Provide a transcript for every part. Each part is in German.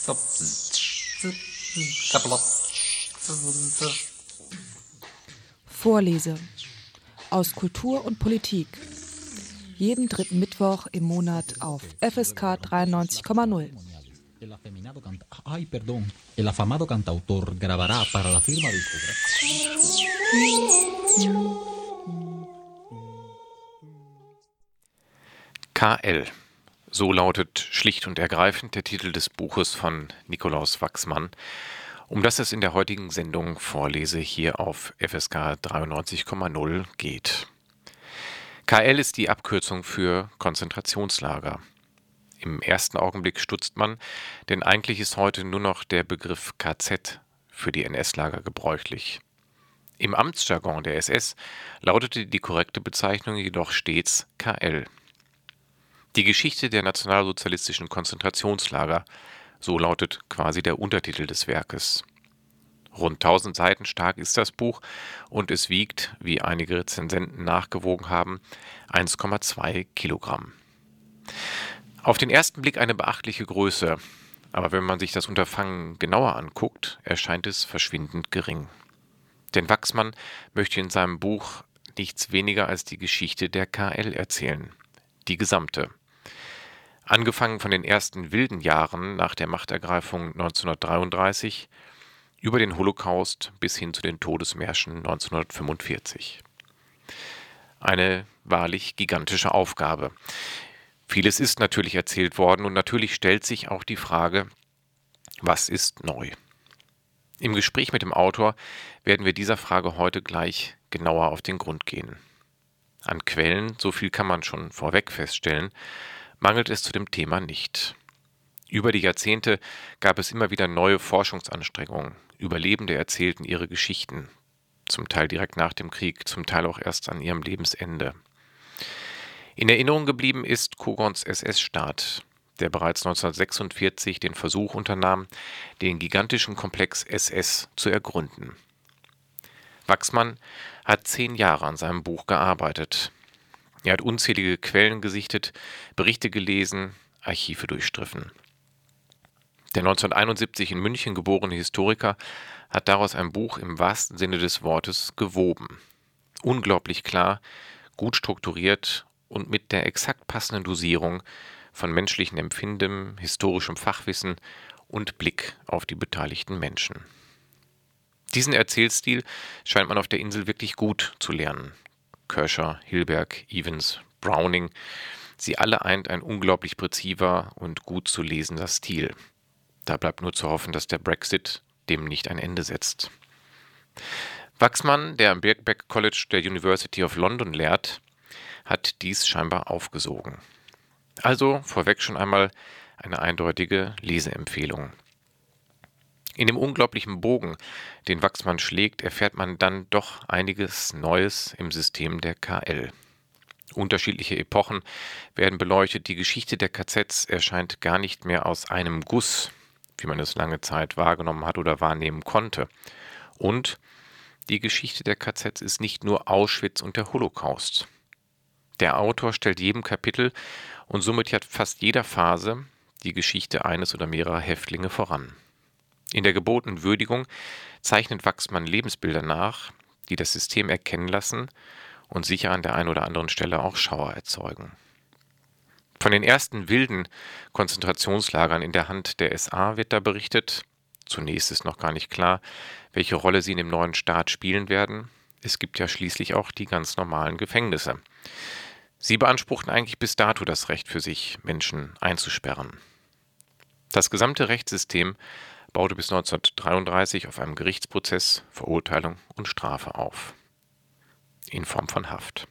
Vorlese aus Kultur und Politik. Jeden dritten Mittwoch im Monat auf FSK 93,0. El afamado cantautor grabará para la firma discográfica. KL. So lautet schlicht und ergreifend der Titel des Buches von Nikolaus Wachsmann, um das es in der heutigen Sendung Vorlese hier auf FSK 93,0 geht. KL ist die Abkürzung für Konzentrationslager. Im ersten Augenblick stutzt man, denn eigentlich ist heute nur noch der Begriff KZ für die NS-Lager gebräuchlich. Im Amtsjargon der SS lautete die korrekte Bezeichnung jedoch stets KL. Die Geschichte der nationalsozialistischen Konzentrationslager, so lautet quasi der Untertitel des Werkes. Rund 1000 Seiten stark ist das Buch und es wiegt, wie einige Rezensenten nachgewogen haben, 1,2 Kilogramm. Auf den ersten Blick eine beachtliche Größe, aber wenn man sich das Unterfangen genauer anguckt, erscheint es verschwindend gering. Denn Wachsmann möchte in seinem Buch nichts weniger als die Geschichte der KL erzählen, die gesamte. Angefangen von den ersten wilden Jahren nach der Machtergreifung 1933, über den Holocaust bis hin zu den Todesmärschen 1945. Eine wahrlich gigantische Aufgabe. Vieles ist natürlich erzählt worden und natürlich stellt sich auch die Frage, was ist neu? Im Gespräch mit dem Autor werden wir dieser Frage heute gleich genauer auf den Grund gehen. An Quellen, so viel kann man schon vorweg feststellen, mangelt es zu dem Thema nicht. Über die Jahrzehnte gab es immer wieder neue Forschungsanstrengungen. Überlebende erzählten ihre Geschichten, zum Teil direkt nach dem Krieg, zum Teil auch erst an ihrem Lebensende. In Erinnerung geblieben ist Kogons SS-Staat, der bereits 1946 den Versuch unternahm, den gigantischen Komplex SS zu ergründen. Wachsmann hat 10 Jahre an seinem Buch gearbeitet. Er hat unzählige Quellen gesichtet, Berichte gelesen, Archive durchstriffen. Der 1971 in München geborene Historiker hat daraus ein Buch im wahrsten Sinne des Wortes gewoben. Unglaublich klar, gut strukturiert und mit der exakt passenden Dosierung von menschlichem Empfinden, historischem Fachwissen und Blick auf die beteiligten Menschen. Diesen Erzählstil scheint man auf der Insel wirklich gut zu lernen. Körscher, Hilberg, Evans, Browning, sie alle eint ein unglaublich präziser und gut zu lesender Stil. Da bleibt nur zu hoffen, dass der Brexit dem nicht ein Ende setzt. Wachsmann, der am Birkbeck College der University of London lehrt, hat dies scheinbar aufgesogen. Also vorweg schon einmal eine eindeutige Leseempfehlung. In dem unglaublichen Bogen, den Wachsmann schlägt, erfährt man dann doch einiges Neues im System der KL. Unterschiedliche Epochen werden beleuchtet, die Geschichte der KZs erscheint gar nicht mehr aus einem Guss, wie man es lange Zeit wahrgenommen hat oder wahrnehmen konnte. Und die Geschichte der KZs ist nicht nur Auschwitz und der Holocaust. Der Autor stellt jedem Kapitel und somit hat fast jeder Phase die Geschichte eines oder mehrerer Häftlinge voran. In der gebotenen Würdigung zeichnet Wachsmann Lebensbilder nach, die das System erkennen lassen und sicher an der einen oder anderen Stelle auch Schauer erzeugen. Von den ersten wilden Konzentrationslagern in der Hand der SA wird da berichtet. Zunächst ist noch gar nicht klar, welche Rolle sie in dem neuen Staat spielen werden. Es gibt ja schließlich auch die ganz normalen Gefängnisse. Sie beanspruchten eigentlich bis dato das Recht für sich, Menschen einzusperren. Das gesamte Rechtssystem baute bis 1933 auf einem Gerichtsprozess, Verurteilung und Strafe auf. In Form von Haft.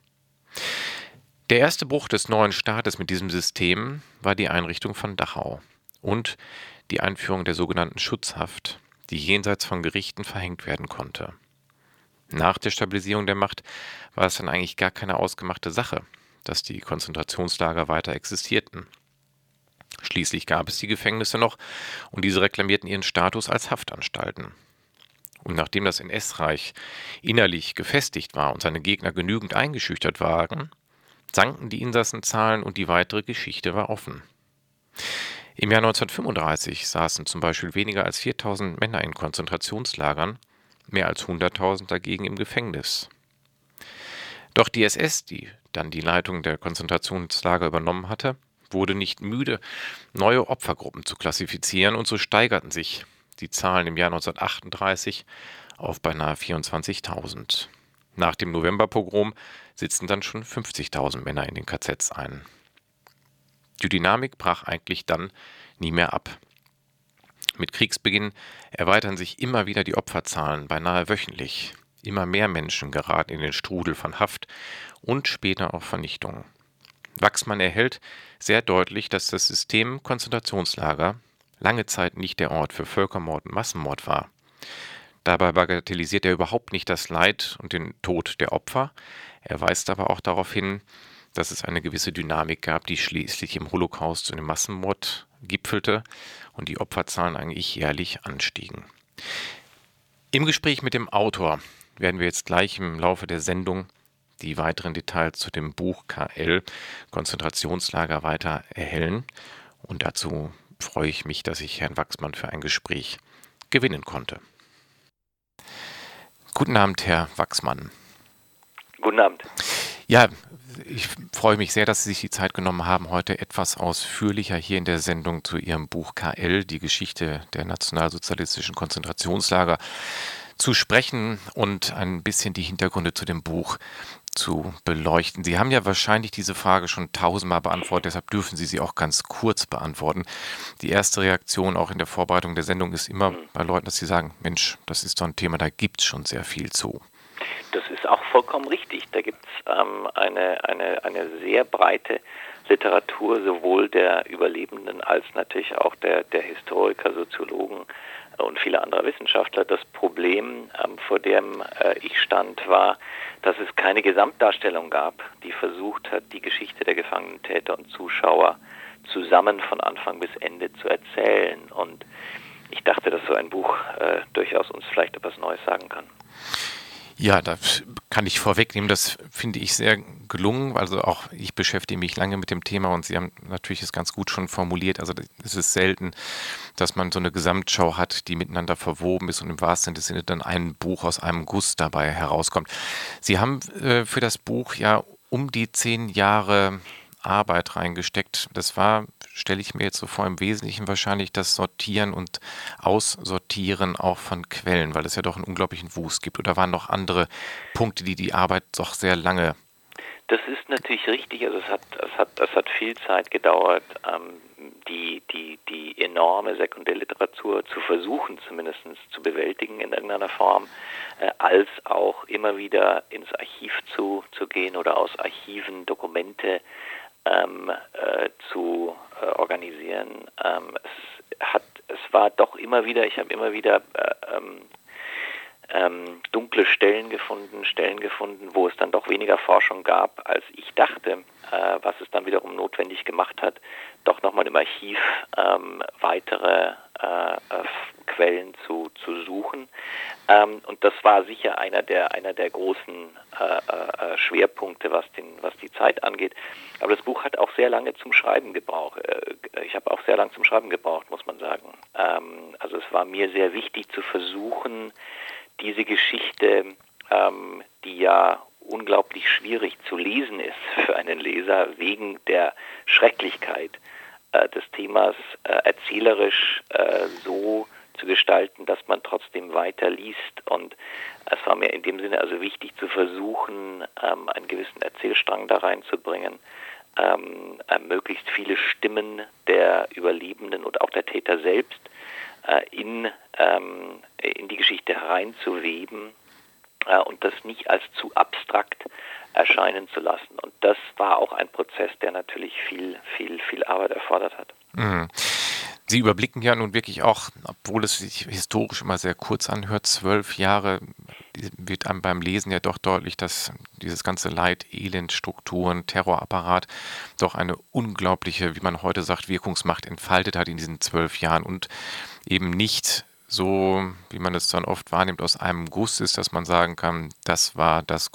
Der erste Bruch des neuen Staates mit diesem System war die Einrichtung von Dachau und die Einführung der sogenannten Schutzhaft, die jenseits von Gerichten verhängt werden konnte. Nach der Stabilisierung der Macht war es dann eigentlich gar keine ausgemachte Sache, dass die Konzentrationslager weiter existierten. Schließlich gab es die Gefängnisse noch und diese reklamierten ihren Status als Haftanstalten. Und nachdem das NS-Reich innerlich gefestigt war und seine Gegner genügend eingeschüchtert waren, sanken die Insassenzahlen und die weitere Geschichte war offen. Im Jahr 1935 saßen zum Beispiel weniger als 4.000 Männer in Konzentrationslagern, mehr als 100.000 dagegen im Gefängnis. Doch die SS, die dann die Leitung der Konzentrationslager übernommen hatte, wurde nicht müde, neue Opfergruppen zu klassifizieren, und so steigerten sich die Zahlen im Jahr 1938 auf beinahe 24.000. Nach dem Novemberpogrom sitzten dann schon 50.000 Männer in den KZs ein. Die Dynamik brach eigentlich dann nie mehr ab. Mit Kriegsbeginn erweitern sich immer wieder die Opferzahlen, beinahe wöchentlich. Immer mehr Menschen geraten in den Strudel von Haft und später auch Vernichtung. Wachsmann erhält sehr deutlich, dass das System Konzentrationslager lange Zeit nicht der Ort für Völkermord und Massenmord war. Dabei bagatellisiert er überhaupt nicht das Leid und den Tod der Opfer. Er weist aber auch darauf hin, dass es eine gewisse Dynamik gab, die schließlich im Holocaust zu einem Massenmord gipfelte und die Opferzahlen eigentlich jährlich anstiegen. Im Gespräch mit dem Autor werden wir jetzt gleich im Laufe der Sendung die weiteren Details zu dem Buch KL Konzentrationslager weiter erhellen. Und dazu freue ich mich, dass ich Herrn Wachsmann für ein Gespräch gewinnen konnte. Guten Abend, Herr Wachsmann. Guten Abend. Ja, ich freue mich sehr, dass Sie sich die Zeit genommen haben, heute etwas ausführlicher hier in der Sendung zu Ihrem Buch KL, die Geschichte der nationalsozialistischen Konzentrationslager, zu sprechen und ein bisschen die Hintergründe zu dem Buch zu beleuchten. Sie haben ja wahrscheinlich diese Frage schon tausendmal beantwortet, deshalb dürfen Sie sie auch ganz kurz beantworten. Die erste Reaktion auch in der Vorbereitung der Sendung ist immer bei Leuten, dass sie sagen, Mensch, das ist doch ein Thema, da gibt es schon sehr viel zu. Das ist auch vollkommen richtig. Da gibt es eine sehr breite Literatur, sowohl der Überlebenden als natürlich auch der Historiker, Soziologen und viele andere Wissenschaftler. Das Problem, vor dem ich stand, war, dass es keine Gesamtdarstellung gab, die versucht hat, die Geschichte der gefangenen Täter und Zuschauer zusammen von Anfang bis Ende zu erzählen. Und ich dachte, dass so ein Buch durchaus uns vielleicht etwas Neues sagen kann. Ja, da kann ich vorwegnehmen, das finde ich sehr gelungen. Also auch ich beschäftige mich lange mit dem Thema und Sie haben natürlich es ganz gut schon formuliert. Also es ist selten, dass man so eine Gesamtschau hat, die miteinander verwoben ist und im wahrsten Sinne dann ein Buch aus einem Guss dabei herauskommt. Sie haben für das Buch ja um die 10 Jahre Arbeit reingesteckt. Das war, stelle ich mir jetzt so vor, im Wesentlichen wahrscheinlich das Sortieren und Aussortieren auch von Quellen, weil es ja doch einen unglaublichen Wust gibt. Oder waren noch andere Punkte, die die Arbeit doch sehr lange... Das ist natürlich richtig. Also es hat viel Zeit gedauert, die enorme Sekundärliteratur zu versuchen, zumindest zu bewältigen in irgendeiner Form, als auch immer wieder ins Archiv zu gehen oder aus Archiven Dokumente zu organisieren. Es war doch immer wieder, ich habe immer wieder dunkle Stellen gefunden, wo es dann doch weniger Forschung gab, als ich dachte, was es dann wiederum notwendig gemacht hat, doch nochmal im Archiv weitere Quellen zu suchen. Und das war sicher einer der großen Schwerpunkte, was die Zeit angeht. Aber das Buch hat auch sehr lange zum Schreiben gebraucht. Ich habe auch sehr lange zum Schreiben gebraucht, muss man sagen. Also es war mir sehr wichtig zu versuchen, diese Geschichte, die ja unglaublich schwierig zu lesen ist für einen Leser, wegen der Schrecklichkeit des Themas, erzählerisch so zu gestalten, dass man trotzdem weiter liest. Und es war mir in dem Sinne also wichtig zu versuchen, einen gewissen Erzählstrang da reinzubringen, möglichst viele Stimmen der Überlebenden und auch der Täter selbst in die Geschichte hereinzuweben und das nicht als zu abstrakt erscheinen zu lassen. Und das war auch ein Prozess, der natürlich viel Arbeit erfordert hat. Mhm. Sie überblicken ja nun wirklich auch, obwohl es sich historisch immer sehr kurz anhört, 12 Jahre, wird einem beim Lesen ja doch deutlich, dass dieses ganze Leid, Elend, Strukturen, Terrorapparat doch eine unglaubliche, wie man heute sagt, Wirkungsmacht entfaltet hat in diesen 12 Jahren und eben nicht so, wie man es dann oft wahrnimmt, aus einem Guss ist, dass man sagen kann, das war das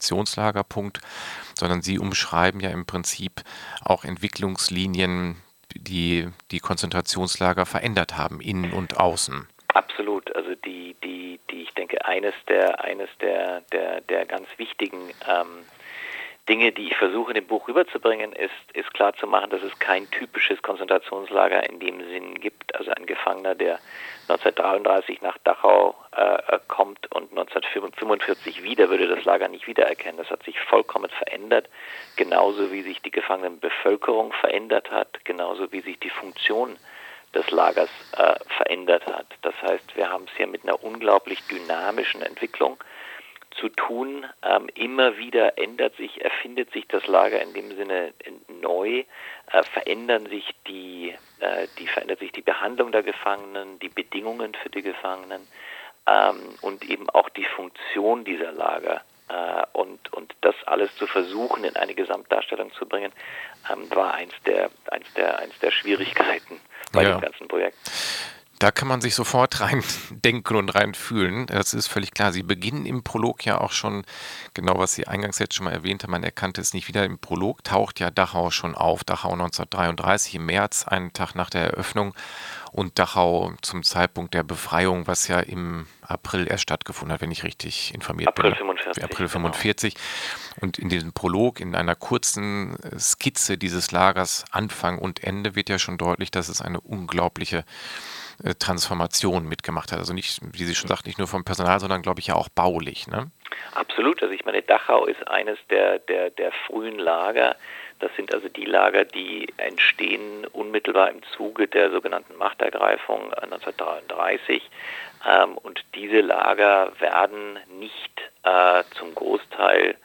Konzentrationslagerpunkt, sondern Sie umschreiben ja im Prinzip auch Entwicklungslinien, die Konzentrationslager verändert haben, innen und außen. Absolut. Also ich denke, eines der ganz wichtigen Dinge, die ich versuche in dem Buch rüberzubringen, ist klar zu machen, dass es kein typisches Konzentrationslager in dem Sinn gibt. Also ein Gefangener, der 1933 nach Dachau kommt und 1945 wieder, würde das Lager nicht wiedererkennen. Das hat sich vollkommen verändert, genauso wie sich die Gefangenenbevölkerung verändert hat, genauso wie sich die Funktion des Lagers verändert hat. Das heißt, wir haben es hier mit einer unglaublich dynamischen Entwicklung zu tun. Immer wieder erfindet sich das Lager in dem Sinne neu, verändert sich die Behandlung der Gefangenen, die Bedingungen für die Gefangenen und eben auch die Funktion dieser Lager. Und das alles zu versuchen, in eine Gesamtdarstellung zu bringen, war eins der Schwierigkeiten bei dem ganzen Projekt. Da kann man sich sofort rein denken und rein fühlen. Das ist völlig klar. Sie beginnen im Prolog ja auch schon, genau was Sie eingangs jetzt schon mal erwähnt haben, man erkannte es nicht wieder. Im Prolog taucht ja Dachau schon auf. Dachau 1933 im März, einen Tag nach der Eröffnung. Und Dachau zum Zeitpunkt der Befreiung, was ja im April erst stattgefunden hat, wenn ich richtig informiert bin. April 45. Genau. Und in diesem Prolog, in einer kurzen Skizze dieses Lagers, Anfang und Ende, wird ja schon deutlich, dass es eine unglaubliche Transformation mitgemacht hat. Also nicht, wie Sie schon sagt, nicht nur vom Personal, sondern glaube ich ja auch baulich, ne? Absolut. Also ich meine, Dachau ist eines der frühen Lager. Das sind also die Lager, die entstehen unmittelbar im Zuge der sogenannten Machtergreifung 1933. Und diese Lager werden nicht zum Großteil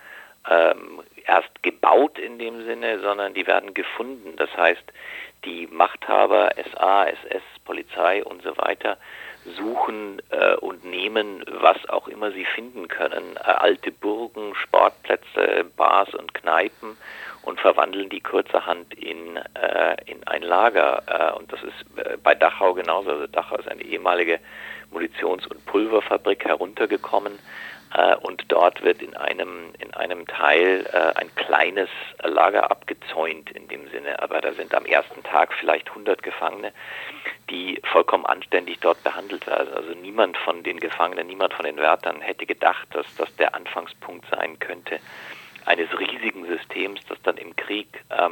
erst gebaut in dem Sinne, sondern die werden gefunden. Das heißt, die Machthaber, SA, SS, Polizei und so weiter, suchen und nehmen, was auch immer sie finden können, alte Burgen, Sportplätze, Bars und Kneipen und verwandeln die kurzerhand in ein Lager. Und das ist bei Dachau genauso. Also Dachau ist eine ehemalige Munitions- und Pulverfabrik heruntergekommen. Und dort wird in einem Teil ein kleines Lager abgezäunt in dem Sinne. Aber da sind am ersten Tag vielleicht 100 Gefangene, die vollkommen anständig dort behandelt werden. Also niemand von den Gefangenen, niemand von den Wärtern hätte gedacht, dass das der Anfangspunkt sein könnte eines riesigen Systems, das dann im Krieg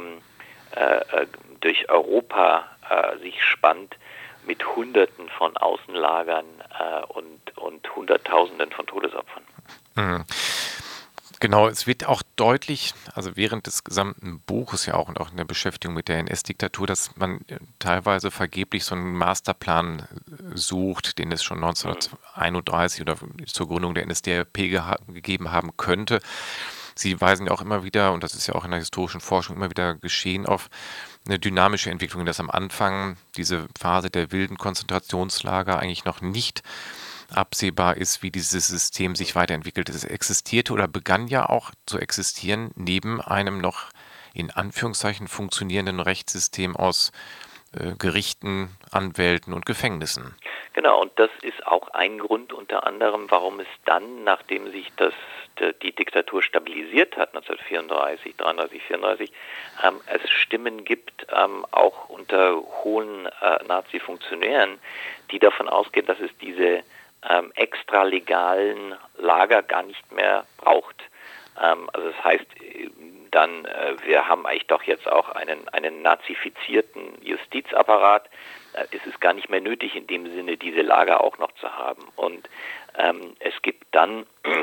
durch Europa sich spannt, mit Hunderten von Außenlagern und Hunderttausenden von Todesopfern. Mhm. Genau, es wird auch deutlich, also während des gesamten Buches ja auch und auch in der Beschäftigung mit der NS-Diktatur, dass man teilweise vergeblich so einen Masterplan sucht, den es schon 1931 oder zur Gründung der NSDAP gegeben haben könnte. Sie weisen ja auch immer wieder, und das ist ja auch in der historischen Forschung immer wieder geschehen, auf eine dynamische Entwicklung, dass am Anfang diese Phase der wilden Konzentrationslager eigentlich noch nicht absehbar ist, wie dieses System sich weiterentwickelt. Es existierte oder begann ja auch zu existieren neben einem noch in Anführungszeichen funktionierenden Rechtssystem aus Gerichten, Anwälten und Gefängnissen. Genau, und das ist auch ein Grund unter anderem, warum es dann, nachdem sich die Diktatur stabilisiert hat, 1934, 33, 34, es Stimmen gibt, auch unter hohen Nazi-Funktionären, die davon ausgehen, dass es diese extralegalen Lager gar nicht mehr braucht. Also das heißt dann, wir haben eigentlich doch jetzt auch einen nazifizierten Justizapparat. Es ist gar nicht mehr nötig, in dem Sinne diese Lager auch noch zu haben. Und es gibt dann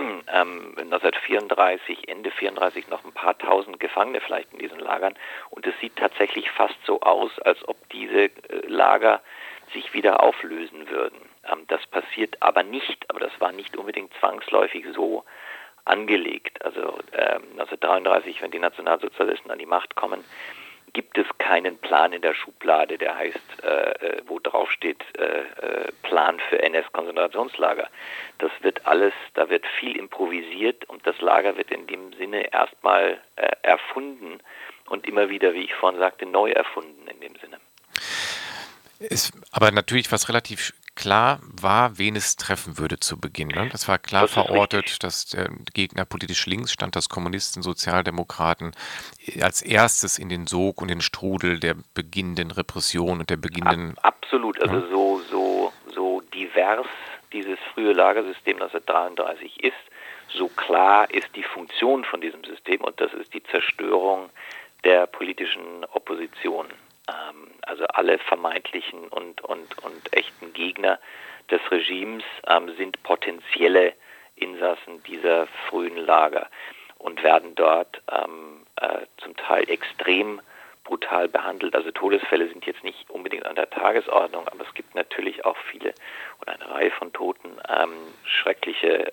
1934, Ende 34 noch ein paar tausend Gefangene vielleicht in diesen Lagern. Und es sieht tatsächlich fast so aus, als ob diese Lager sich wieder auflösen würden. Das passiert aber nicht, aber das war nicht unbedingt zwangsläufig so angelegt. Also 1933, wenn die Nationalsozialisten an die Macht kommen, gibt es keinen Plan in der Schublade, der heißt, wo drauf steht, Plan für NS-Konzentrationslager. Das wird alles, da wird viel improvisiert und das Lager wird in dem Sinne erstmal erfunden und immer wieder, wie ich vorhin sagte, neu erfunden in dem Sinne. Ist aber natürlich was relativ klar war, wen es treffen würde zu Beginn. Ne? Das war klar verortet, dass der Gegner politisch links stand, dass Kommunisten, Sozialdemokraten als erstes in den Sog und den Strudel der beginnenden Repression und der beginnenden... Absolut, also so divers dieses frühe Lagersystem 1933 ist, so klar ist die Funktion von diesem System, und das ist die Zerstörung der politischen Opposition. Also alle vermeintlichen und echten Gegner des Regimes sind potenzielle Insassen dieser frühen Lager und werden dort zum Teil extrem brutal behandelt. Also Todesfälle sind jetzt nicht unbedingt an der Tagesordnung, aber es gibt natürlich auch viele oder eine Reihe von Toten, schreckliche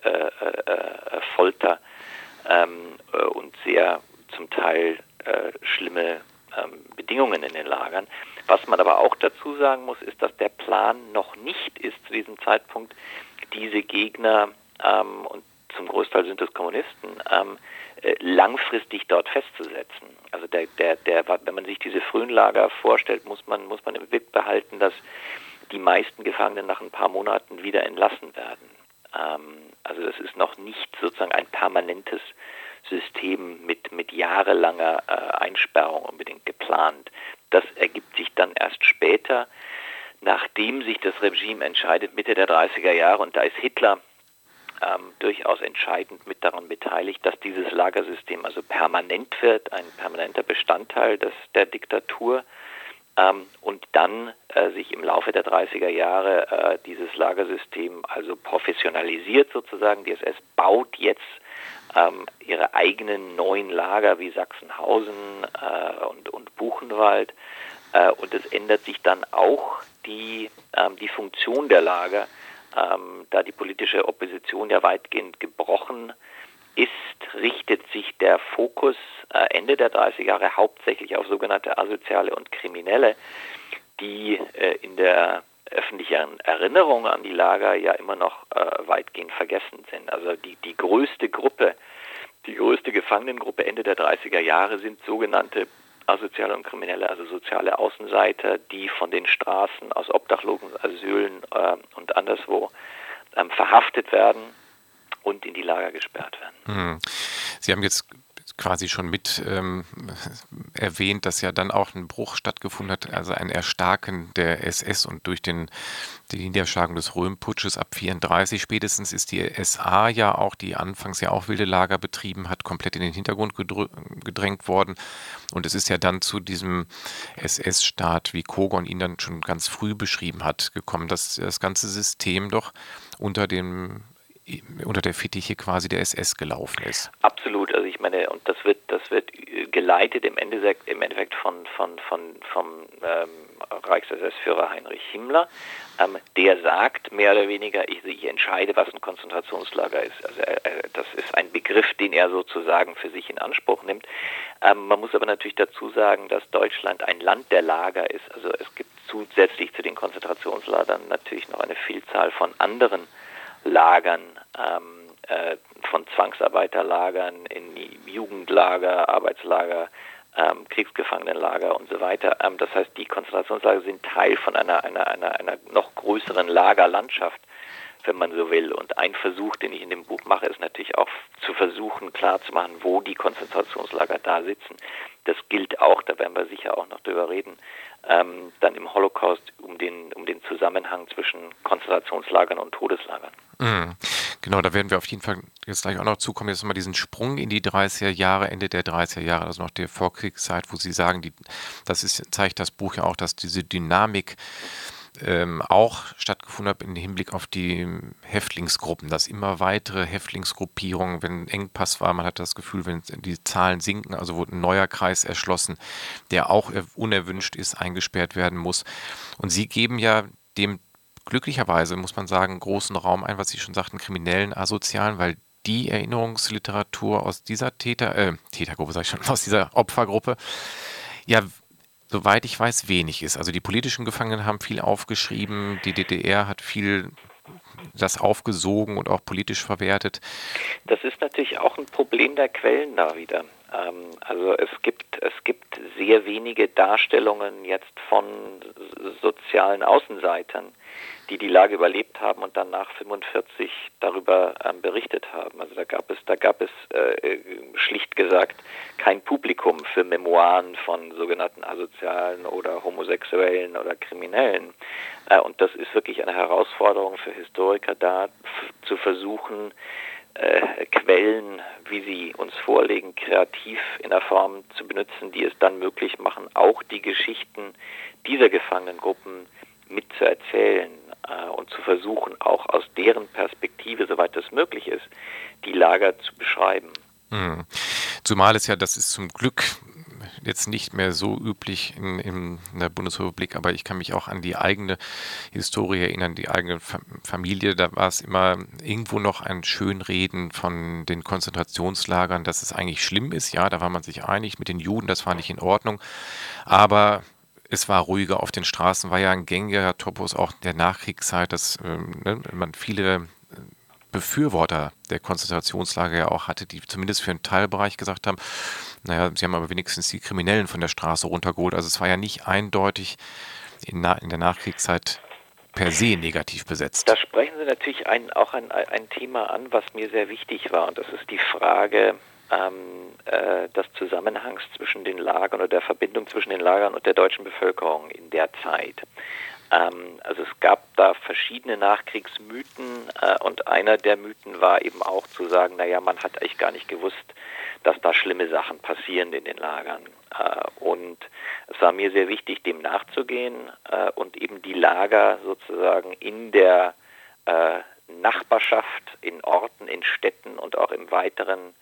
Folter und sehr zum Teil schlimme Bedingungen in den Lagern. Was man aber auch dazu sagen muss, ist, dass der Plan noch nicht ist zu diesem Zeitpunkt, diese Gegner, und zum Großteil sind es Kommunisten, langfristig dort festzusetzen. Also wenn man sich diese frühen Lager vorstellt, muss man im Blick behalten, dass die meisten Gefangenen nach ein paar Monaten wieder entlassen werden. Also das ist noch nicht sozusagen ein permanentes System mit jahrelanger Einsperrung unbedingt geplant. Das ergibt sich dann erst später, nachdem sich das Regime entscheidet, Mitte der 30er Jahre, und da ist Hitler durchaus entscheidend mit daran beteiligt, dass dieses Lagersystem also permanent wird, ein permanenter Bestandteil der Diktatur, und dann sich im Laufe der 30er Jahre dieses Lagersystem also professionalisiert sozusagen. Die SS baut jetzt ihre eigenen neuen Lager wie Sachsenhausen und Buchenwald, und es ändert sich dann auch die Funktion der Lager, da die politische Opposition ja weitgehend gebrochen ist, richtet sich der Fokus Ende der 30er Jahre hauptsächlich auf sogenannte Asoziale und Kriminelle, die in der öffentlichen Erinnerung an die Lager ja immer noch weitgehend vergessen sind. Also die größte Gruppe, die größte Gefangenengruppe Ende der 30er Jahre sind sogenannte Asoziale und Kriminelle, also soziale Außenseiter, die von den Straßen aus Obdachlosenasylen und anderswo verhaftet werden und in die Lager gesperrt werden. Sie haben jetzt quasi schon mit erwähnt, dass ja dann auch ein Bruch stattgefunden hat, also ein Erstarken der SS, und durch die Niederschlagung des Röhm-Putsches ab 34 spätestens ist die SA ja auch, die anfangs ja auch wilde Lager betrieben hat, komplett in den Hintergrund gedrängt worden, und es ist ja dann zu diesem SS-Staat, wie Kogon ihn dann schon ganz früh beschrieben hat, gekommen, dass das ganze System doch unter der Fittiche quasi der SS gelaufen ist. Absolut, also ich meine, und das wird geleitet im Endeffekt vom Reichs-SS-Führer Heinrich Himmler, der sagt mehr oder weniger, ich entscheide, was ein Konzentrationslager ist. Also das ist ein Begriff, den er sozusagen für sich in Anspruch nimmt. Man muss aber natürlich dazu sagen, dass Deutschland ein Land der Lager ist. Also es gibt zusätzlich zu den Konzentrationslagern natürlich noch eine Vielzahl von anderen Lagern, von Zwangsarbeiterlagern in Jugendlager, Arbeitslager, Kriegsgefangenenlager und so weiter. Das heißt, die Konzentrationslager sind Teil von einer noch größeren Lagerlandschaft, wenn man so will. Und ein Versuch, den ich in dem Buch mache, ist natürlich auch zu versuchen, klarzumachen, wo die Konzentrationslager da sitzen. Das gilt auch, da werden wir sicher auch noch drüber reden, dann im Holocaust um den Zusammenhang zwischen Konzentrationslagern und Todeslagern. Genau, da werden wir auf jeden Fall jetzt gleich auch noch zukommen. Jetzt mal diesen Sprung in die 30er Jahre, Ende der 30er Jahre, also noch der Vorkriegszeit, wo Sie sagen, zeigt das Buch ja auch, dass diese Dynamik auch stattgefunden hat im Hinblick auf die Häftlingsgruppen, dass immer weitere Häftlingsgruppierungen, wenn Engpass war, man hat das Gefühl, wenn die Zahlen sinken, also wurde ein neuer Kreis erschlossen, der auch unerwünscht ist, eingesperrt werden muss. Und Sie geben ja dem glücklicherweise, muss man sagen, großen Raum ein, was Sie schon sagten, Kriminellen, Asozialen, weil die Erinnerungsliteratur aus dieser Tätergruppe, sag ich schon, aus dieser Opfergruppe, ja, soweit ich weiß, wenig ist. Also die politischen Gefangenen haben viel aufgeschrieben, die DDR hat viel das aufgesogen und auch politisch verwertet. Das ist natürlich auch ein Problem der Quellen da wieder. Also es gibt sehr wenige Darstellungen jetzt von sozialen Außenseitern, die die Lage überlebt haben und dann nach 45 darüber berichtet haben. Also da gab es schlicht gesagt kein Publikum für Memoiren von sogenannten Asozialen oder Homosexuellen oder Kriminellen. Und das ist wirklich eine Herausforderung für Historiker, da zu versuchen, Quellen, wie sie uns vorlegen, kreativ in der Form zu benutzen, die es dann möglich machen, auch die Geschichten dieser Gefangenengruppen mitzuerzählen und zu versuchen, auch aus deren Perspektive, soweit das möglich ist, die Lager zu beschreiben. Zumal das ist zum Glück jetzt nicht mehr so üblich in der Bundesrepublik, aber ich kann mich auch an die eigene Historie erinnern, die eigene Familie, da war es immer irgendwo noch ein Schönreden von den Konzentrationslagern, dass es eigentlich schlimm ist, ja, da war man sich einig mit den Juden, das war nicht in Ordnung, aber es war ruhiger auf den Straßen, war ja ein gängiger Topos auch der Nachkriegszeit, dass man viele Befürworter der Konzentrationslager ja auch hatte, die zumindest für einen Teilbereich gesagt haben, naja, sie haben aber wenigstens die Kriminellen von der Straße runtergeholt. Also es war ja nicht eindeutig in der Nachkriegszeit per se negativ besetzt. Da sprechen Sie natürlich auch ein Thema an, was mir sehr wichtig war. Und das ist die Frage des Zusammenhangs zwischen den Lagern oder der Verbindung zwischen den Lagern und der deutschen Bevölkerung in der Zeit. Also es gab da verschiedene Nachkriegsmythen und einer der Mythen war eben auch zu sagen, naja, man hat eigentlich gar nicht gewusst, dass da schlimme Sachen passieren in den Lagern. Und es war mir sehr wichtig, dem nachzugehen und eben die Lager sozusagen in der Nachbarschaft, in Orten, in Städten und auch im weiteren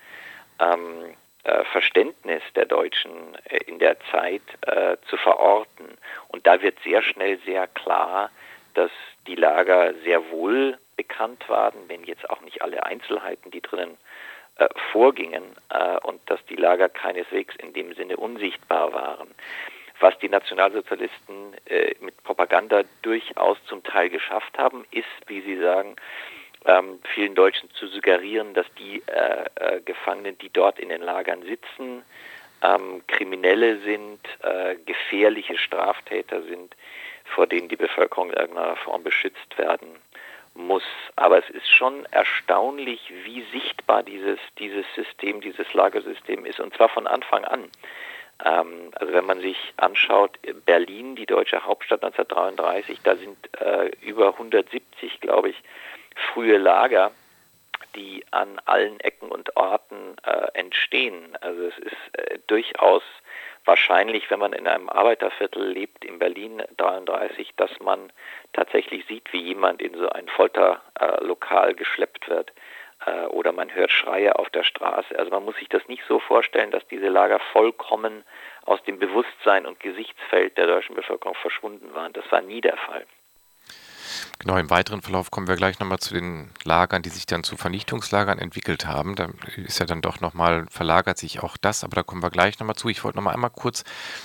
Verständnis der Deutschen in der Zeit zu verorten. Und da wird sehr schnell sehr klar, dass die Lager sehr wohl bekannt waren, wenn jetzt auch nicht alle Einzelheiten, die drinnen vorgingen, und dass die Lager keineswegs in dem Sinne unsichtbar waren. Was die Nationalsozialisten mit Propaganda durchaus zum Teil geschafft haben, ist, wie Sie sagen, vielen Deutschen zu suggerieren, dass die Gefangenen, die dort in den Lagern sitzen, Kriminelle sind, gefährliche Straftäter sind, vor denen die Bevölkerung in irgendeiner Form beschützt werden muss. Aber es ist schon erstaunlich, wie sichtbar dieses System, dieses Lagersystem ist, und zwar von Anfang an. Also wenn man sich anschaut, Berlin, die deutsche Hauptstadt 1933, da sind über 170, glaube ich, frühe Lager, die an allen Ecken und Orten entstehen. Also es ist durchaus wahrscheinlich, wenn man in einem Arbeiterviertel lebt in Berlin 33, dass man tatsächlich sieht, wie jemand in so ein Folterlokal geschleppt wird. Oder man hört Schreie auf der Straße. Also man muss sich das nicht so vorstellen, dass diese Lager vollkommen aus dem Bewusstsein und Gesichtsfeld der deutschen Bevölkerung verschwunden waren. Das war nie der Fall. Genau, im weiteren Verlauf kommen wir gleich nochmal zu den Lagern, die sich dann zu Vernichtungslagern entwickelt haben. Da ist ja dann doch nochmal, verlagert sich auch das, aber da kommen wir gleich nochmal zu. Ich wollte nochmal einmal kurz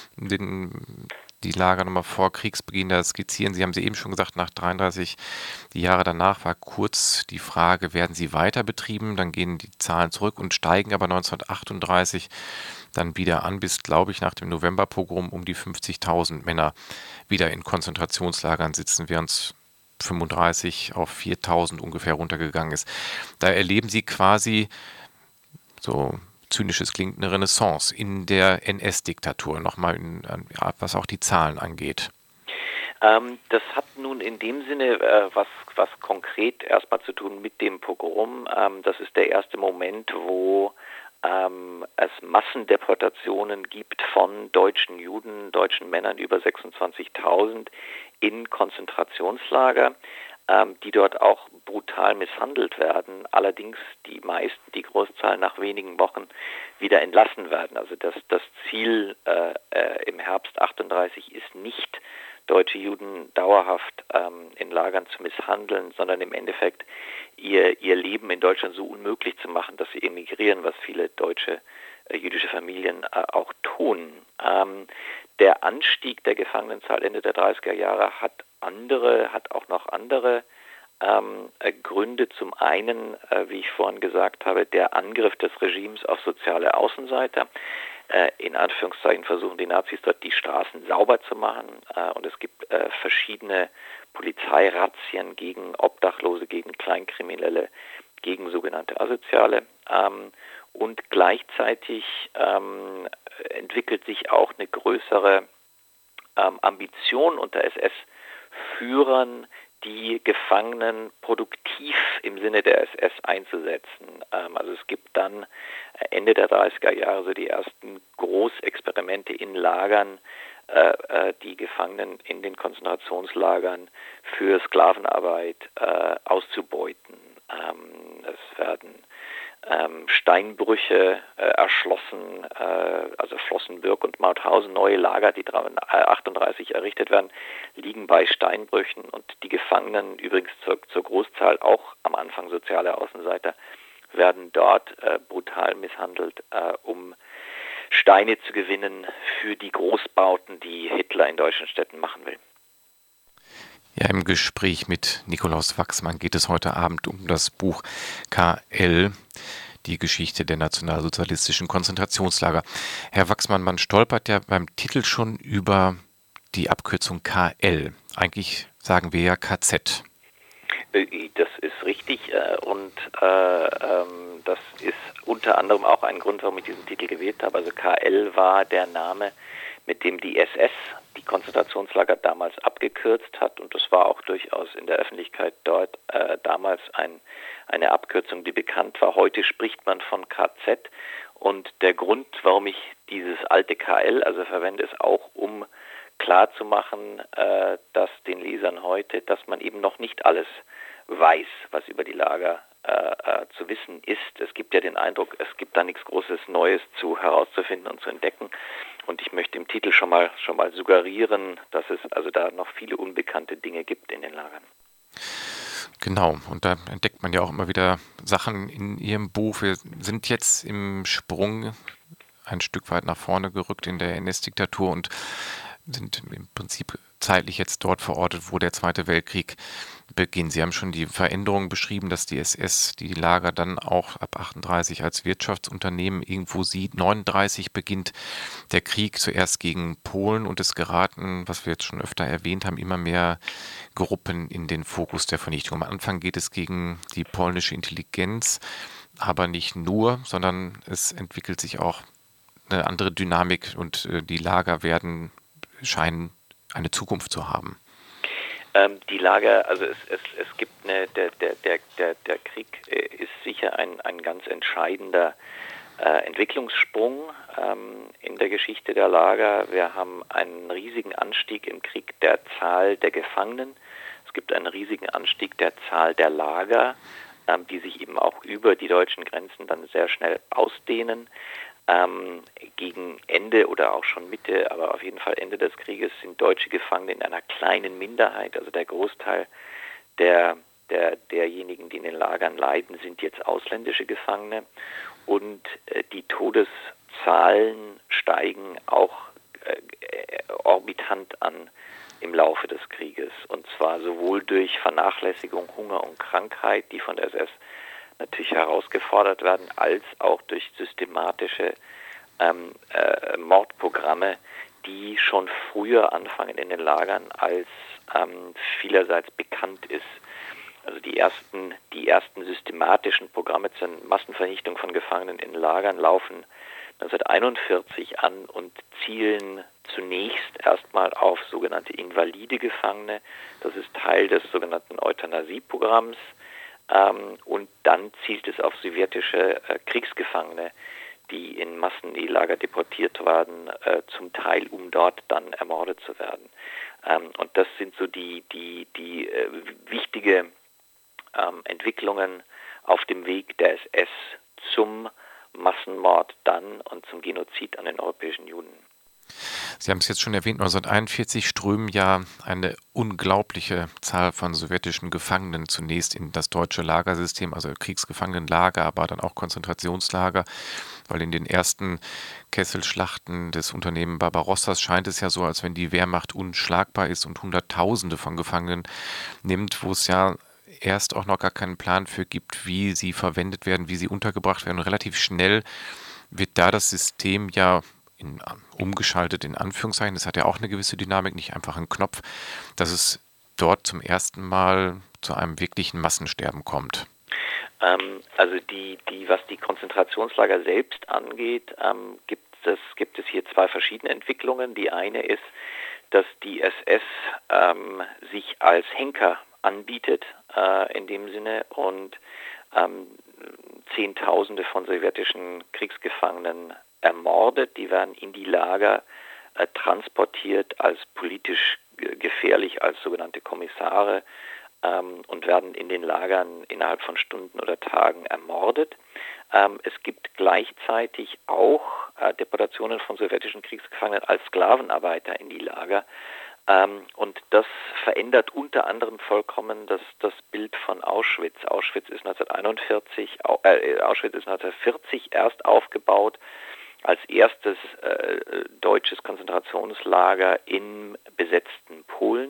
die Lager nochmal vor Kriegsbeginn da skizzieren. Sie haben sie eben schon gesagt, nach 33, die Jahre danach war kurz die Frage, werden sie weiter betrieben? Dann gehen die Zahlen zurück und steigen aber 1938 dann wieder an, bis, glaube ich, nach dem Novemberpogrom um die 50.000 Männer wieder in Konzentrationslagern sitzen, während es 35 auf 4.000 ungefähr runtergegangen ist. Da erleben Sie quasi, so zynisch es klingt, eine Renaissance in der NS-Diktatur, nochmal was auch die Zahlen angeht. Das hat nun in dem Sinne was konkret erstmal zu tun mit dem Pogrom. Das ist der erste Moment, wo es Massendeportationen gibt von deutschen Juden, deutschen Männern, über 26.000 in Konzentrationslager, die dort auch brutal misshandelt werden, allerdings die Großzahl nach wenigen Wochen wieder entlassen werden. Also das Ziel im Herbst 38 ist nicht, deutsche Juden dauerhaft in Lagern zu misshandeln, sondern im Endeffekt ihr Leben in Deutschland so unmöglich zu machen, dass sie emigrieren, was viele deutsche jüdische Familien auch tun. Der Anstieg der Gefangenenzahl Ende der 30er Jahre hat auch noch andere Gründe. Zum einen, wie ich vorhin gesagt habe, der Angriff des Regimes auf soziale Außenseiter. in Anführungszeichen versuchen die Nazis dort die Straßen sauber zu machen. Und es gibt verschiedene Polizeirazzien gegen Obdachlose, gegen Kleinkriminelle, gegen sogenannte Asoziale. Und gleichzeitig entwickelt sich auch eine größere Ambition unter SS-Führern, die Gefangenen produktiv im Sinne der SS einzusetzen. Also es gibt dann Ende der 30er Jahre so die ersten Großexperimente in Lagern, die Gefangenen in den Konzentrationslagern für Sklavenarbeit auszubeuten. Es werden Steinbrüche erschlossen, also Flossenbürg und Mauthausen, neue Lager, die 1938 errichtet werden, liegen bei Steinbrüchen, und die Gefangenen, übrigens zur Großzahl auch am Anfang soziale Außenseiter, werden dort brutal misshandelt, um Steine zu gewinnen für die Großbauten, die Hitler in deutschen Städten machen will. Ja, im Gespräch mit Nikolaus Wachsmann geht es heute Abend um das Buch KL, die Geschichte der nationalsozialistischen Konzentrationslager. Herr Wachsmann, man stolpert ja beim Titel schon über die Abkürzung KL. Eigentlich sagen wir ja KZ. Das ist richtig, und das ist unter anderem auch ein Grund, warum ich diesen Titel gewählt habe. Also KL war der Name, mit dem die SS die Konzentrationslager damals abgekürzt hat, und das war auch durchaus in der Öffentlichkeit dort damals eine Abkürzung, die bekannt war. Heute spricht man von KZ, und der Grund, warum ich dieses alte KL also verwende, ist auch, um klarzumachen, dass den Lesern heute, dass man eben noch nicht alles weiß, was über die Lager zu wissen ist. Es gibt ja den Eindruck, es gibt da nichts Großes Neues herauszufinden und zu entdecken. Und ich möchte im Titel schon mal suggerieren, dass es also da noch viele unbekannte Dinge gibt in den Lagern. Genau, und da entdeckt man ja auch immer wieder Sachen in Ihrem Buch. Wir sind jetzt im Sprung ein Stück weit nach vorne gerückt in der NS-Diktatur und sind im Prinzip zeitlich jetzt dort verortet, wo der Zweite Weltkrieg beginnt. Sie haben schon die Veränderungen beschrieben, dass die SS die Lager dann auch ab 38 als Wirtschaftsunternehmen irgendwo sieht. 39 beginnt der Krieg zuerst gegen Polen, und es geraten, was wir jetzt schon öfter erwähnt haben, immer mehr Gruppen in den Fokus der Vernichtung. Am Anfang geht es gegen die polnische Intelligenz, aber nicht nur, sondern es entwickelt sich auch eine andere Dynamik, und die Lager scheinen eine Zukunft zu haben. Die Lager, also es gibt der Krieg ist sicher ein ganz entscheidender Entwicklungssprung in der Geschichte der Lager. Wir haben einen riesigen Anstieg im Krieg der Zahl der Gefangenen. Es gibt einen riesigen Anstieg der Zahl der Lager, die sich eben auch über die deutschen Grenzen dann sehr schnell ausdehnen. Gegen Ende oder auch schon Mitte, aber auf jeden Fall Ende des Krieges sind deutsche Gefangene in einer kleinen Minderheit. Also der Großteil derjenigen, die in den Lagern leiden, sind jetzt ausländische Gefangene, und die Todeszahlen steigen auch orbitant an im Laufe des Krieges, und zwar sowohl durch Vernachlässigung, Hunger und Krankheit, die von der SS natürlich herausgefordert werden, als auch durch systematische Mordprogramme, die schon früher anfangen in den Lagern, als vielerseits bekannt ist. Also die ersten systematischen Programme zur Massenvernichtung von Gefangenen in Lagern laufen 1941 an und zielen zunächst erstmal auf sogenannte invalide Gefangene. Das ist Teil des sogenannten Euthanasieprogramms. Und dann zielt es auf sowjetische Kriegsgefangene, die in Massen in die Lager deportiert werden, zum Teil, um dort dann ermordet zu werden. Und das sind so die wichtige Entwicklungen auf dem Weg der SS zum Massenmord dann und zum Genozid an den europäischen Juden. Sie haben es jetzt schon erwähnt, 1941 strömen ja eine unglaubliche Zahl von sowjetischen Gefangenen zunächst in das deutsche Lagersystem, also Kriegsgefangenenlager, aber dann auch Konzentrationslager, weil in den ersten Kesselschlachten des Unternehmens Barbarossas scheint es ja so, als wenn die Wehrmacht unschlagbar ist und Hunderttausende von Gefangenen nimmt, wo es ja erst auch noch gar keinen Plan für gibt, wie sie verwendet werden, wie sie untergebracht werden. Und relativ schnell wird da das System ja umgeschaltet in Anführungszeichen, das hat ja auch eine gewisse Dynamik, nicht einfach ein Knopf, dass es dort zum ersten Mal zu einem wirklichen Massensterben kommt. Also was die Konzentrationslager selbst angeht, gibt es hier zwei verschiedene Entwicklungen. Die eine ist, dass die SS sich als Henker anbietet in dem Sinne und Zehntausende von sowjetischen Kriegsgefangenen ermordet. Die werden in die Lager transportiert als politisch gefährlich, als sogenannte Kommissare und werden in den Lagern innerhalb von Stunden oder Tagen ermordet. Es gibt gleichzeitig auch Deportationen von sowjetischen Kriegsgefangenen als Sklavenarbeiter in die Lager. Und das verändert unter anderem vollkommen das Bild von Auschwitz. Auschwitz ist 1940 erst aufgebaut als erstes deutsches Konzentrationslager im besetzten Polen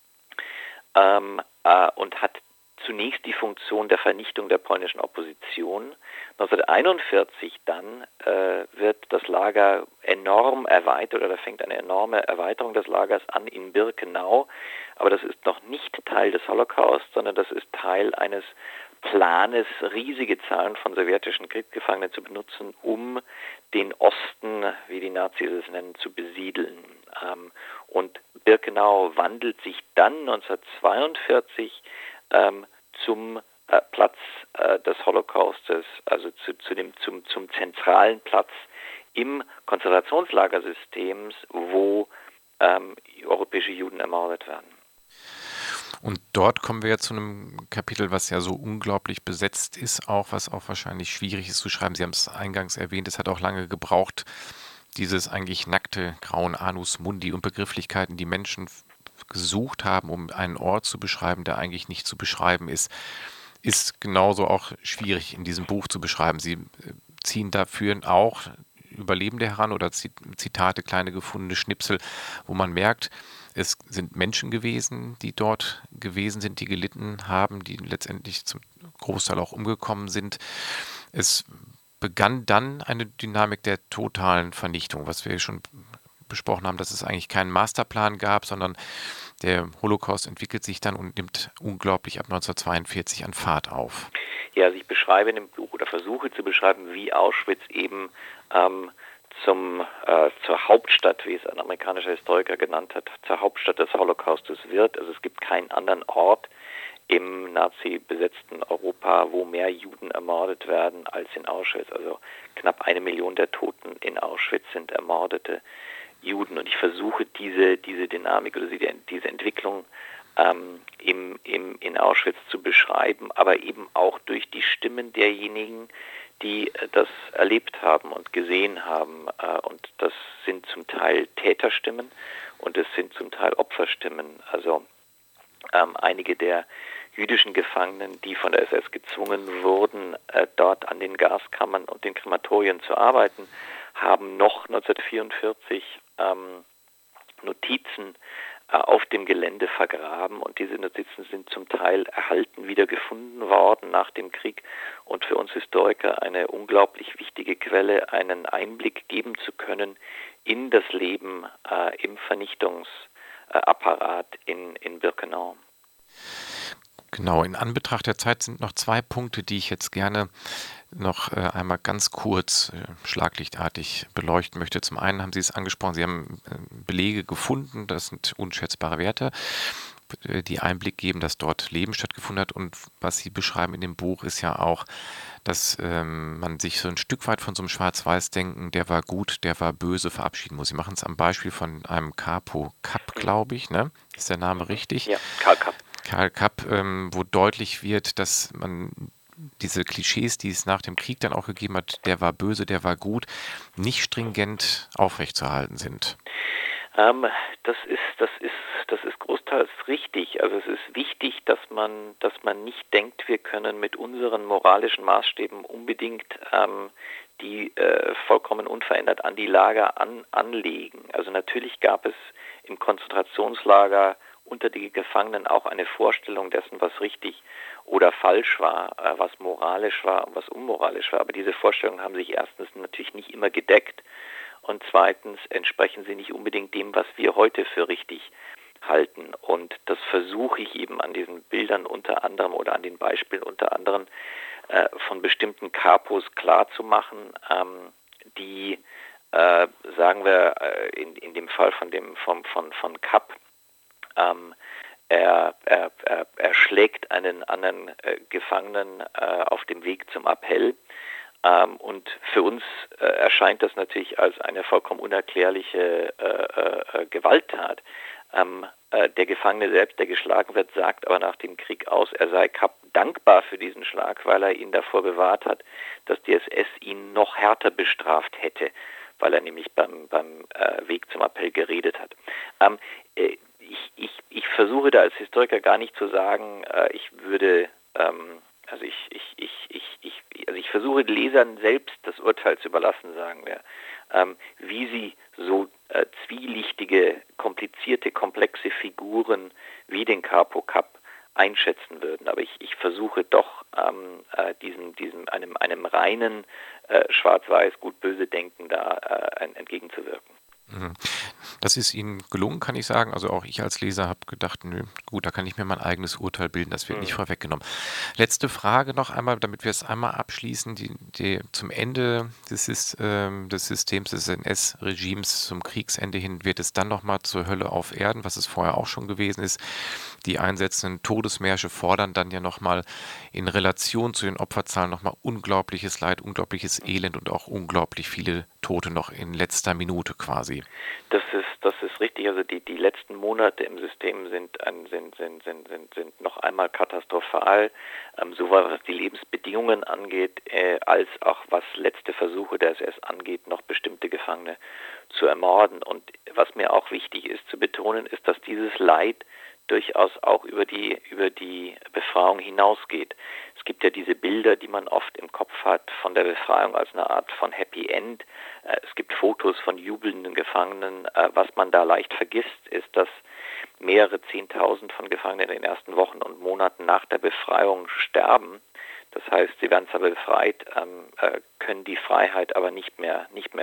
und hat zunächst die Funktion der Vernichtung der polnischen Opposition. 1941 dann wird das Lager enorm erweitert oder fängt eine enorme Erweiterung des Lagers an in Birkenau. Aber das ist noch nicht Teil des Holocaust, sondern das ist Teil eines Planes, riesige Zahlen von sowjetischen Kriegsgefangenen zu benutzen, um den Osten, wie die Nazis es nennen, zu besiedeln. Und Birkenau wandelt sich dann 1942 zum Platz des Holocaustes, also zum zentralen Platz im Konzentrationslagersystem, wo europäische Juden ermordet werden. Und dort kommen wir ja zu einem Kapitel, was ja so unglaublich besetzt ist, auch was auch wahrscheinlich schwierig ist zu schreiben. Sie haben es eingangs erwähnt, es hat auch lange gebraucht, dieses eigentlich nackte Grauen Anus Mundi und Begrifflichkeiten, die Menschen gesucht haben, um einen Ort zu beschreiben, der eigentlich nicht zu beschreiben ist genauso auch schwierig in diesem Buch zu beschreiben. Sie ziehen dafür auch Überlebende heran oder Zitate, kleine gefundene Schnipsel, wo man merkt, es sind Menschen gewesen, die dort gewesen sind, die gelitten haben, die letztendlich zum Großteil auch umgekommen sind. Es begann dann eine Dynamik der totalen Vernichtung, was wir schon besprochen haben, dass es eigentlich keinen Masterplan gab, sondern der Holocaust entwickelt sich dann und nimmt unglaublich ab 1942 an Fahrt auf. Ja, also ich beschreibe in dem Buch oder versuche zu beschreiben, wie Auschwitz eben zur Hauptstadt, wie es ein amerikanischer Historiker genannt hat, zur Hauptstadt des Holocaustes wird. Also es gibt keinen anderen Ort im Nazi-besetzten Europa, wo mehr Juden ermordet werden als in Auschwitz. Also knapp 1 Million der Toten in Auschwitz sind ermordete Juden. Und ich versuche diese Dynamik oder diese Entwicklung in Auschwitz zu beschreiben, aber eben auch durch die Stimmen derjenigen, die das erlebt haben und gesehen haben. Und das sind zum Teil Täterstimmen und es sind zum Teil Opferstimmen. Also einige der jüdischen Gefangenen, die von der SS gezwungen wurden, dort an den Gaskammern und den Krematorien zu arbeiten, haben noch 1944 Notizen auf dem Gelände vergraben und diese Notizen sind zum Teil erhalten wieder gefunden worden nach dem Krieg und für uns Historiker eine unglaublich wichtige Quelle, einen Einblick geben zu können in das Leben im Vernichtungsapparat in Birkenau. Genau, in Anbetracht der Zeit sind noch 2 Punkte, die ich jetzt gerne noch einmal ganz kurz schlaglichtartig beleuchten möchte. Zum einen haben Sie es angesprochen, Sie haben Belege gefunden, das sind unschätzbare Werte, die Einblick geben, dass dort Leben stattgefunden hat. Und was Sie beschreiben in dem Buch ist ja auch, dass man sich so ein Stück weit von so einem Schwarz-Weiß-Denken, der war gut, der war böse, verabschieden muss. Sie machen es am Beispiel von einem Capo Kapp, glaube ich, ne? Ist der Name richtig? Ja, Karl Kapp. Karl Kapp, wo deutlich wird, dass man diese Klischees, die es nach dem Krieg dann auch gegeben hat, der war böse, der war gut, nicht stringent aufrechtzuerhalten sind. Das ist großteils richtig. Also es ist wichtig, dass man nicht denkt, wir können mit unseren moralischen Maßstäben unbedingt die vollkommen unverändert an die Lager anlegen. Also natürlich gab es im Konzentrationslager unter die Gefangenen auch eine Vorstellung dessen, was richtig oder falsch war, was moralisch war und was unmoralisch war. Aber diese Vorstellungen haben sich erstens natürlich nicht immer gedeckt und zweitens entsprechen sie nicht unbedingt dem, was wir heute für richtig halten. Und das versuche ich eben an diesen Bildern unter anderem oder an den Beispielen unter anderem von bestimmten Kapos klarzumachen, die, sagen wir in dem Fall von Kapp, er schlägt einen anderen Gefangenen auf dem Weg zum Appell. Und für uns erscheint das natürlich als eine vollkommen unerklärliche Gewalttat. Der Gefangene selbst, der geschlagen wird, sagt aber nach dem Krieg aus, er sei Kapp dankbar für diesen Schlag, weil er ihn davor bewahrt hat, dass die SS ihn noch härter bestraft hätte, weil er nämlich beim Weg zum Appell geredet hat. Ich versuche da als Historiker gar nicht zu sagen, ich würde, ich versuche Lesern selbst das Urteil zu überlassen, sagen wir, wie sie so zwielichtige, komplizierte, komplexe Figuren wie den Capo Kapp einschätzen würden. Aber ich versuche doch einem reinen Schwarz-Weiß, Gut-Böse Denken da entgegenzuwirken. Das ist Ihnen gelungen, kann ich sagen. Also auch ich als Leser habe gedacht, nö, gut, da kann ich mir mein eigenes Urteil bilden, das wird nicht vorweggenommen. Letzte Frage noch einmal, damit wir es einmal abschließen, die zum Ende des Systems des NS-Regimes, zum Kriegsende hin, wird es dann nochmal zur Hölle auf Erden, was es vorher auch schon gewesen ist. Die einsetzenden Todesmärsche fordern dann ja nochmal in Relation zu den Opferzahlen nochmal unglaubliches Leid, unglaubliches Elend und auch unglaublich viele Tote noch in letzter Minute quasi. Das ist richtig. Also die letzten Monate im System sind noch einmal katastrophal, sowohl was die Lebensbedingungen angeht, als auch was letzte Versuche der SS angeht, noch bestimmte Gefangene zu ermorden. Und was mir auch wichtig ist zu betonen, ist, dass dieses Leid durchaus auch über die Befreiung hinausgeht. Es gibt ja diese Bilder, die man oft im Kopf hat von der Befreiung als eine Art von Happy End. Es gibt Fotos von jubelnden Gefangenen. Was man da leicht vergisst, ist, dass mehrere Zehntausend von Gefangenen in den ersten Wochen und Monaten nach der Befreiung sterben. Das heißt, sie werden zwar befreit, können die Freiheit aber nicht mehr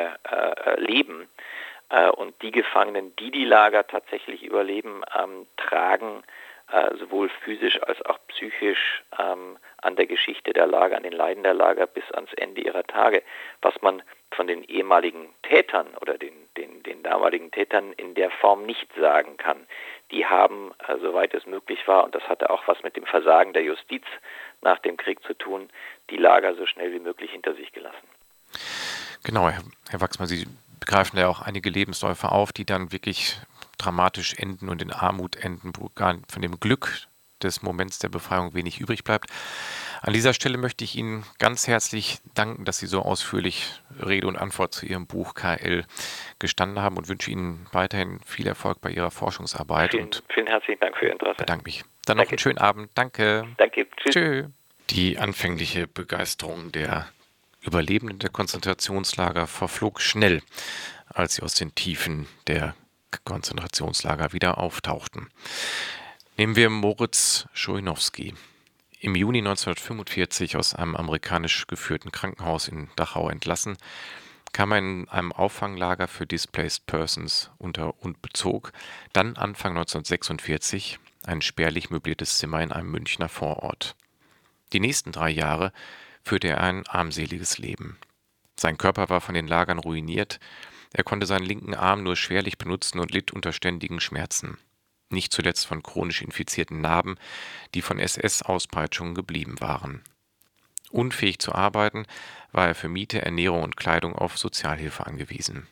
leben. Und die Gefangenen, die Lager tatsächlich überleben, tragen sowohl physisch als auch psychisch an der Geschichte der Lager, an den Leiden der Lager bis ans Ende ihrer Tage. Was man von den ehemaligen Tätern oder den damaligen Tätern in der Form nicht sagen kann. Die haben, soweit es möglich war, und das hatte auch was mit dem Versagen der Justiz nach dem Krieg zu tun, die Lager so schnell wie möglich hinter sich gelassen. Genau, Herr Wachsmann, Sie greifen ja auch einige Lebensläufe auf, die dann wirklich dramatisch enden und in Armut enden, wo gar von dem Glück des Moments der Befreiung wenig übrig bleibt. An dieser Stelle möchte ich Ihnen ganz herzlich danken, dass Sie so ausführlich Rede und Antwort zu Ihrem Buch KL gestanden haben und wünsche Ihnen weiterhin viel Erfolg bei Ihrer Forschungsarbeit. Vielen herzlichen Dank für Ihr Interesse. Bedanke mich. Dann noch einen schönen Abend. Danke. Danke. Tschüss. Tschö. Die anfängliche Begeisterung der Überlebenden der Konzentrationslager verflog schnell, als sie aus den Tiefen der Konzentrationslager wieder auftauchten. Nehmen wir Moritz Schoinowski. Im Juni 1945 aus einem amerikanisch geführten Krankenhaus in Dachau entlassen, kam er in einem Auffanglager für Displaced Persons unter und bezog dann Anfang 1946 ein spärlich möbliertes Zimmer in einem Münchner Vorort. Die nächsten 3 Jahre führte er ein armseliges Leben. Sein Körper war von den Lagern ruiniert, er konnte seinen linken Arm nur schwerlich benutzen und litt unter ständigen Schmerzen. Nicht zuletzt von chronisch infizierten Narben, die von SS-Auspeitschungen geblieben waren. Unfähig zu arbeiten, war er für Miete, Ernährung und Kleidung auf Sozialhilfe angewiesen.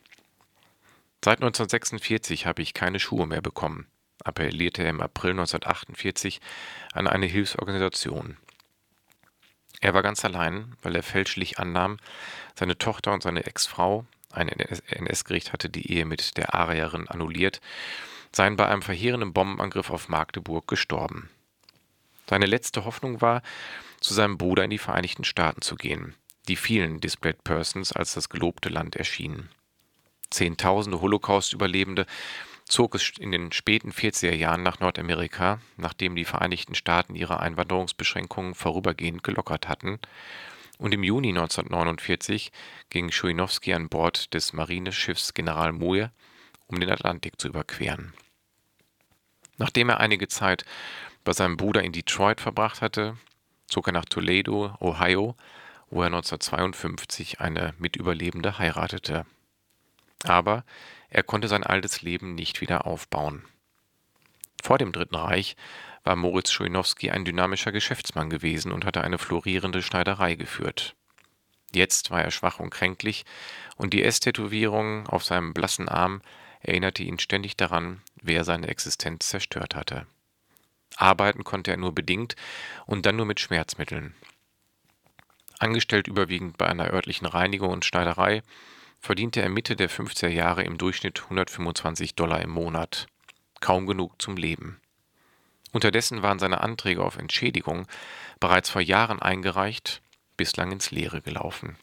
Seit 1946 habe ich keine Schuhe mehr bekommen, appellierte er im April 1948 an eine Hilfsorganisation. Er war ganz allein, weil er fälschlich annahm, seine Tochter und seine Ex-Frau, ein NS-Gericht hatte die Ehe mit der Arierin annulliert, seien bei einem verheerenden Bombenangriff auf Magdeburg gestorben. Seine letzte Hoffnung war, zu seinem Bruder in die Vereinigten Staaten zu gehen, die vielen Displaced Persons als das gelobte Land erschienen. Zehntausende Holocaust-Überlebende zog es in den späten 40er Jahren nach Nordamerika, nachdem die Vereinigten Staaten ihre Einwanderungsbeschränkungen vorübergehend gelockert hatten, und im Juni 1949 ging Chojnowski an Bord des Marineschiffs General Muir, um den Atlantik zu überqueren. Nachdem er einige Zeit bei seinem Bruder in Detroit verbracht hatte, zog er nach Toledo, Ohio, wo er 1952 eine Mitüberlebende heiratete. Aber er konnte sein altes Leben nicht wieder aufbauen. Vor dem Dritten Reich war Moritz Chojnowski ein dynamischer Geschäftsmann gewesen und hatte eine florierende Schneiderei geführt. Jetzt war er schwach und kränklich, und die S-Tätowierung auf seinem blassen Arm erinnerte ihn ständig daran, wer seine Existenz zerstört hatte. Arbeiten konnte er nur bedingt und dann nur mit Schmerzmitteln. Angestellt überwiegend bei einer örtlichen Reinigung und Schneiderei, verdiente er Mitte der 50er Jahre im Durchschnitt $125 im Monat. Kaum genug zum Leben. Unterdessen waren seine Anträge auf Entschädigung bereits vor Jahren eingereicht, bislang ins Leere gelaufen.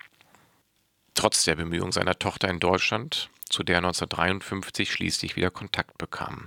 Trotz der Bemühungen seiner Tochter in Deutschland, zu der er 1953 schließlich wieder Kontakt bekam.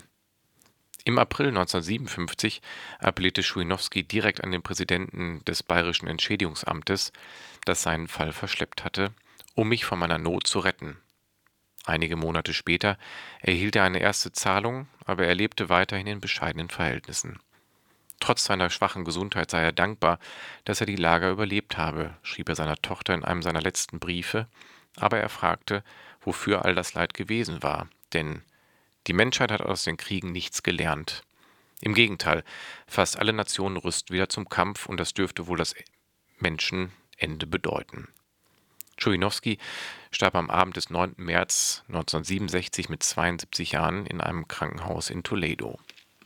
Im April 1957 appellierte Chojnowski direkt an den Präsidenten des Bayerischen Entschädigungsamtes, das seinen Fall verschleppt hatte, um mich von meiner Not zu retten. Einige Monate später erhielt er eine erste Zahlung, aber er lebte weiterhin in bescheidenen Verhältnissen. Trotz seiner schwachen Gesundheit sei er dankbar, dass er die Lager überlebt habe, schrieb er seiner Tochter in einem seiner letzten Briefe, aber er fragte, wofür all das Leid gewesen war, denn die Menschheit hat aus den Kriegen nichts gelernt. Im Gegenteil, fast alle Nationen rüsten wieder zum Kampf, und das dürfte wohl das Menschenende bedeuten. Chojnowski starb am Abend des 9. März 1967 mit 72 Jahren in einem Krankenhaus in Toledo.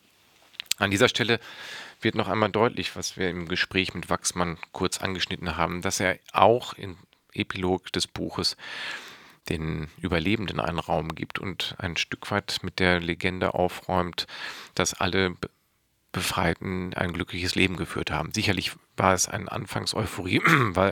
An dieser Stelle wird noch einmal deutlich, was wir im Gespräch mit Wachsmann kurz angeschnitten haben, dass er auch im Epilog des Buches den Überlebenden einen Raum gibt und ein Stück weit mit der Legende aufräumt, dass alle Befreiten ein glückliches Leben geführt haben. Sicherlich war es eine Anfangseuphorie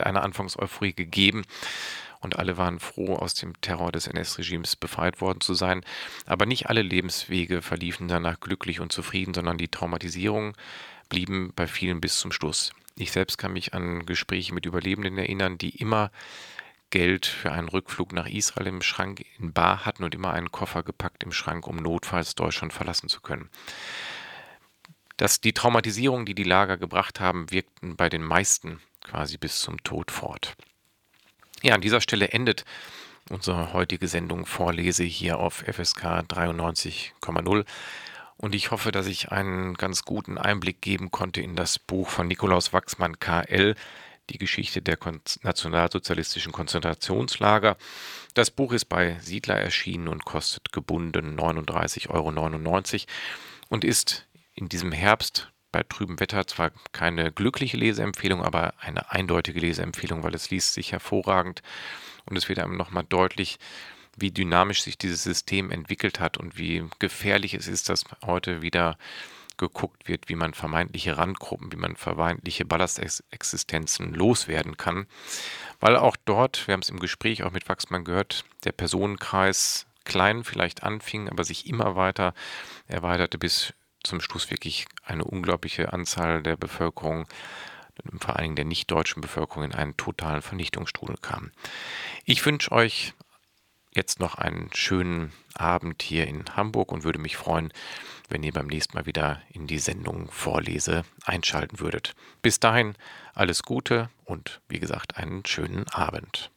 gegeben und alle waren froh, aus dem Terror des NS-Regimes befreit worden zu sein. Aber nicht alle Lebenswege verliefen danach glücklich und zufrieden, sondern die Traumatisierungen blieben bei vielen bis zum Schluss. Ich selbst kann mich an Gespräche mit Überlebenden erinnern, die immer Geld für einen Rückflug nach Israel im Schrank in bar hatten und immer einen Koffer gepackt im Schrank, um notfalls Deutschland verlassen zu können. Die Traumatisierungen, die die Lager gebracht haben, wirkten bei den meisten quasi bis zum Tod fort. Ja, an dieser Stelle endet unsere heutige Sendung Vorlese hier auf FSK 93,0. Und ich hoffe, dass ich einen ganz guten Einblick geben konnte in das Buch von Nikolaus Wachsmann KL, die Geschichte der nationalsozialistischen Konzentrationslager. Das Buch ist bei Siedler erschienen und kostet gebunden 39,99 € und ist in diesem Herbst bei trübem Wetter zwar keine glückliche Leseempfehlung, aber eine eindeutige Leseempfehlung, weil es liest sich hervorragend und es wird einem nochmal deutlich, wie dynamisch sich dieses System entwickelt hat und wie gefährlich es ist, dass heute wieder geguckt wird, wie man vermeintliche Randgruppen, wie man vermeintliche Ballastexistenzen loswerden kann. Weil auch dort, wir haben es im Gespräch auch mit Wachsmann gehört, der Personenkreis klein vielleicht anfing, aber sich immer weiter erweiterte, bis zum Schluss wirklich eine unglaubliche Anzahl der Bevölkerung, vor allen Dingen der nicht-deutschen Bevölkerung, in einen totalen Vernichtungsstrudel kam. Ich wünsche euch jetzt noch einen schönen Abend hier in Hamburg und würde mich freuen, wenn ihr beim nächsten Mal wieder in die Sendung Vorlese einschalten würdet. Bis dahin alles Gute und wie gesagt einen schönen Abend.